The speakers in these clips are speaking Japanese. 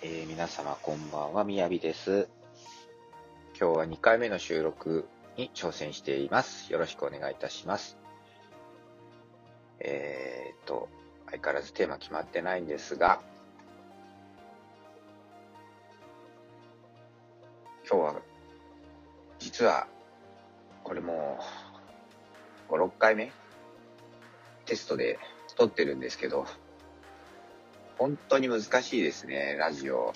皆様こんばんは、みやびです。今日は2回目の収録に挑戦しています。よろしくお願いいたします。相変わらずテーマ決まってないんですが、今日は、実は、これもう、5、6回目テストで撮ってるんですけど、本当に難しいですね、ラジオ。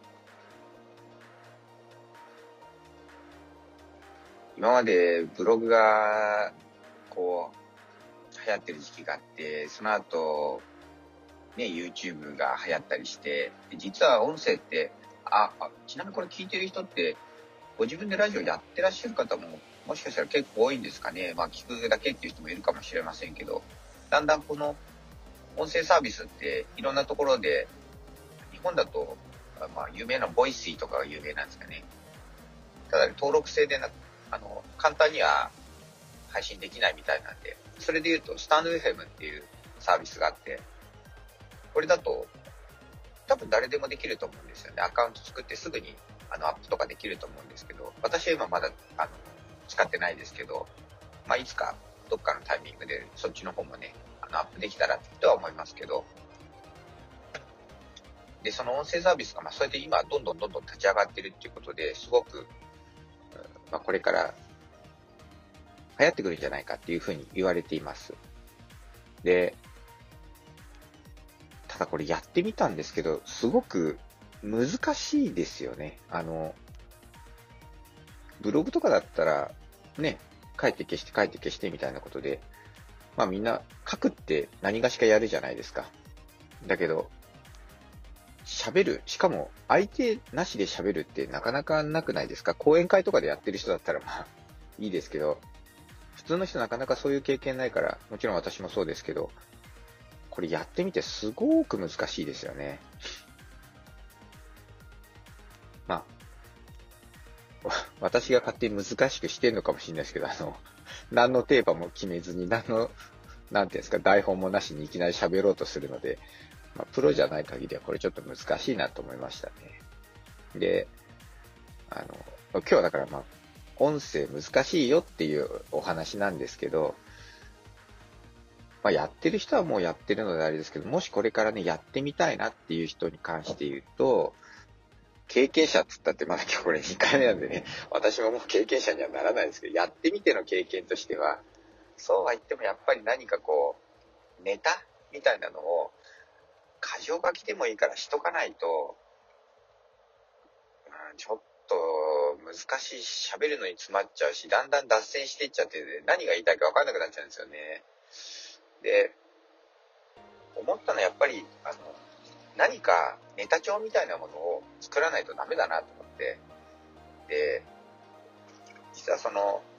今までブログが、流行ってる時期があって、その後、YouTube が流行ったりして、実は音声って、ちなみにこれ聞いてる人って、ご自分でラジオやってらっしゃる方も、もしかしたら結構多いんですかね。聞くだけっていう人もいるかもしれませんけど、だんだんこの音声サービスっていろんなところで、日本だと、有名なボイシーとかが有名なんですかね。ただ登録制で簡単には配信できないみたいなんで、それで言うと、スタンド FM っていうサービスがあって、これだと、多分誰でもできると思うんですよね。アカウント作ってすぐにアップとかできると思うんですけど、私は今まだ使ってないですけど、いつかどっかのタイミングでそっちの方もね、アップできたらとは思いますけど、で、その音声サービスが、それで今どんどん立ち上がってるっていうことで、すごく、これから流行ってくるんじゃないかっていうふうに言われています。で、ただこれやってみたんですけど、すごく難しいですよね。ブログとかだったら、ね、書いて消してみたいなことで、みんな書くって何がしかやるじゃないですか。だけど、喋る、しかも相手なしで喋るってなかなかなくないですか？講演会とかでやってる人だったらいいですけど、普通の人なかなかそういう経験ないから、もちろん私もそうですけど、これやってみてすごく難しいですよね。私が勝手に難しくしてるのかもしれないですけど、何のテーマも決めずに、なんていうんですか、台本もなしにいきなり喋ろうとするので、プロじゃない限りはこれちょっと難しいなと思いましたね。で、今日はだから音声難しいよっていうお話なんですけど、やってる人はもうやってるのであれですけど、もしこれからね、やってみたいなっていう人に関して言うと、経験者っつったってまだ今日これ2回目なんでね、私ももう経験者にはならないですけど、やってみての経験としては、そうは言ってもやっぱり何かネタみたいなのを、箇条書きでもいいからしとかないと、ちょっと難しいし、喋るのに詰まっちゃうし、だんだん脱線していっちゃって、何が言いたいか分かんなくなっちゃうんですよね。で、思ったのはやっぱり、何かネタ帳みたいなものを作らないとダメだなと思って、で、実は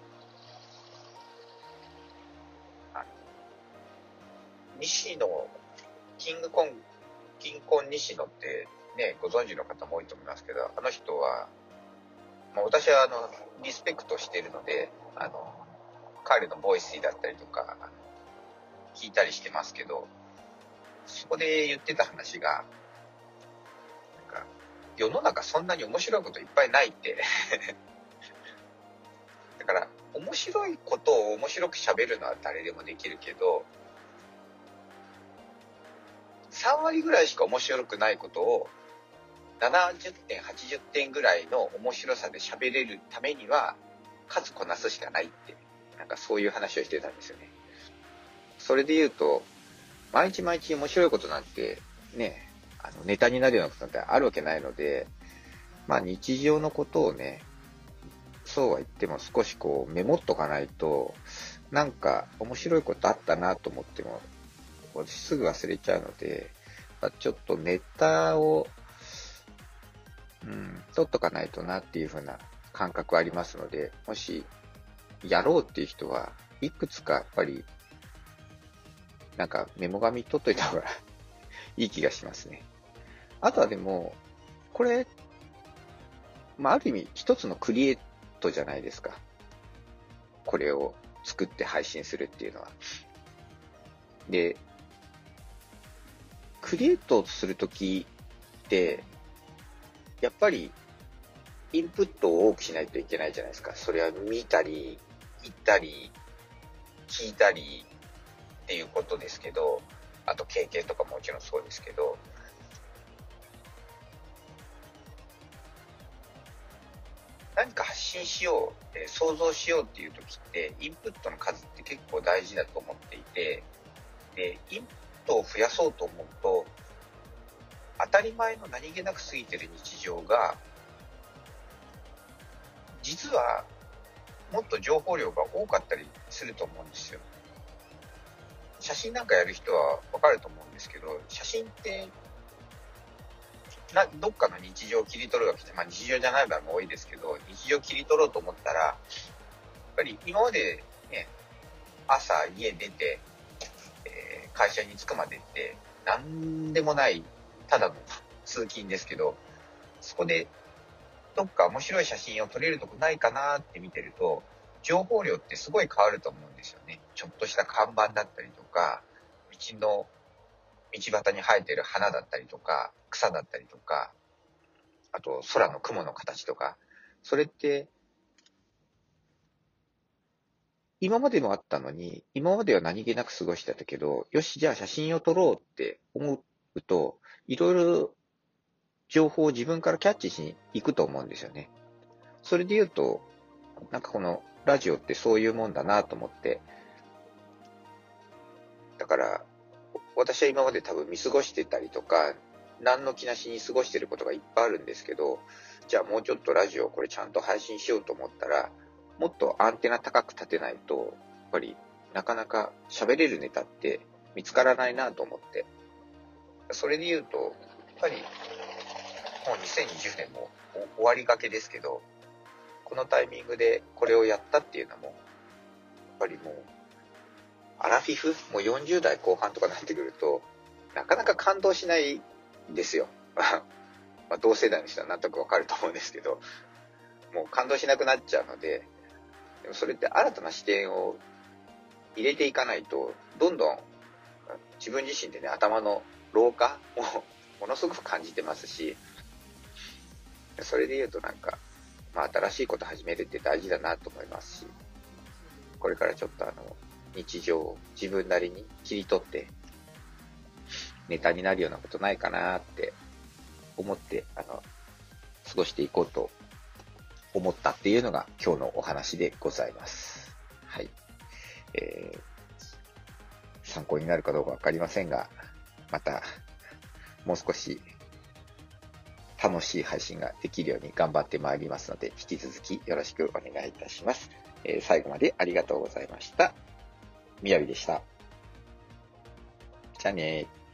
西野、金婚西野ってね、ご存知の方も多いと思いますけど、あの人は、私はリスペクトしているので、彼のボイスだったりとか、聞いたりしてますけど、そこで言ってた話が、世の中そんなに面白いこといっぱいないってだから面白いことを面白く喋るのは誰でもできるけど、3割ぐらいしか面白くないことを70点80点ぐらいの面白さで喋れるためには数こなすしかないって、そういう話をしてたんですよね。それで言うと、毎日面白いことなんてね、ネタになるようなことなんてあるわけないので、日常のことをね、そうは言っても少しメモっとかないと、面白いことあったなと思っても、すぐ忘れちゃうので、ちょっとネタを、取っとかないとなっていう風な感覚ありますので、もしやろうっていう人はいくつかやっぱりメモ紙取っといた方がいい気がしますね。あとはでも、これ、ある意味一つのクリエイトじゃないですか。これを作って配信するっていうのは。で、クリエイトするときって、 やっぱりインプットを多くしないといけないじゃないですか。それは見たり、言ったり、聞いたりっていうことですけど、あと経験とかもちろんそうですけど、何か発信しよう、想像しようっていう時って、インプットの数って結構大事だと思っていて、で、インプットを増やそうと思うと、当たり前の何気なく過ぎてる日常が、実はもっと情報量が多かったりすると思うんですよ。写真なんかやる人はわかると思うんですけど、写真ってどっかの日常を切り取るわけじゃ、日常じゃない場合も多いですけど、日常を切り取ろうと思ったら、やっぱり今までね、朝家出て、会社に着くまでって何でもないただの通勤ですけど、そこでどっか面白い写真を撮れるとこないかなって見てると、情報量ってすごい変わると思うんですよね。ちょっとした看板だったりとか、道端に生えてる花だったりとか、草だったりとか、あと空の雲の形とか、それって今までもあったのに、今までは何気なく過ごしてたけど、よし、じゃあ写真を撮ろうって思うと、いろいろ情報を自分からキャッチしに行くと思うんですよね。それで言うと、なんかこのラジオってそういうもんだなと思って、だから私は今まで多分見過ごしてたりとか、何の気なしに過ごしてることがいっぱいあるんですけど、じゃあもうちょっとラジオをこれちゃんと配信しようと思ったら、もっとアンテナ高く立てないと、やっぱりなかなか喋れるネタって見つからないなと思って。それで言うと、やっぱりもう2020年も終わりがけですけど、このタイミングでこれをやったっていうのも、やっぱりもう、アラフィフもう40代後半とかになってくると、なかなか感動しないんですよ。同世代の人はなんとなくわかると思うんですけど、もう感動しなくなっちゃうので、でもそれって新たな視点を入れていかないと、どんどん自分自身でね、頭の老化をものすごく感じてますし、それで言うとなんか、新しいこと始めるって大事だなと思いますし、これからちょっと日常を自分なりに切り取ってネタになるようなことないかなって思って過ごしていこうと思ったっていうのが今日のお話でございます。はい。参考になるかどうかわかりませんが、またもう少し楽しい配信ができるように頑張ってまいりますので、引き続きよろしくお願いいたします。最後までありがとうございました。みやびでした。じゃあねー。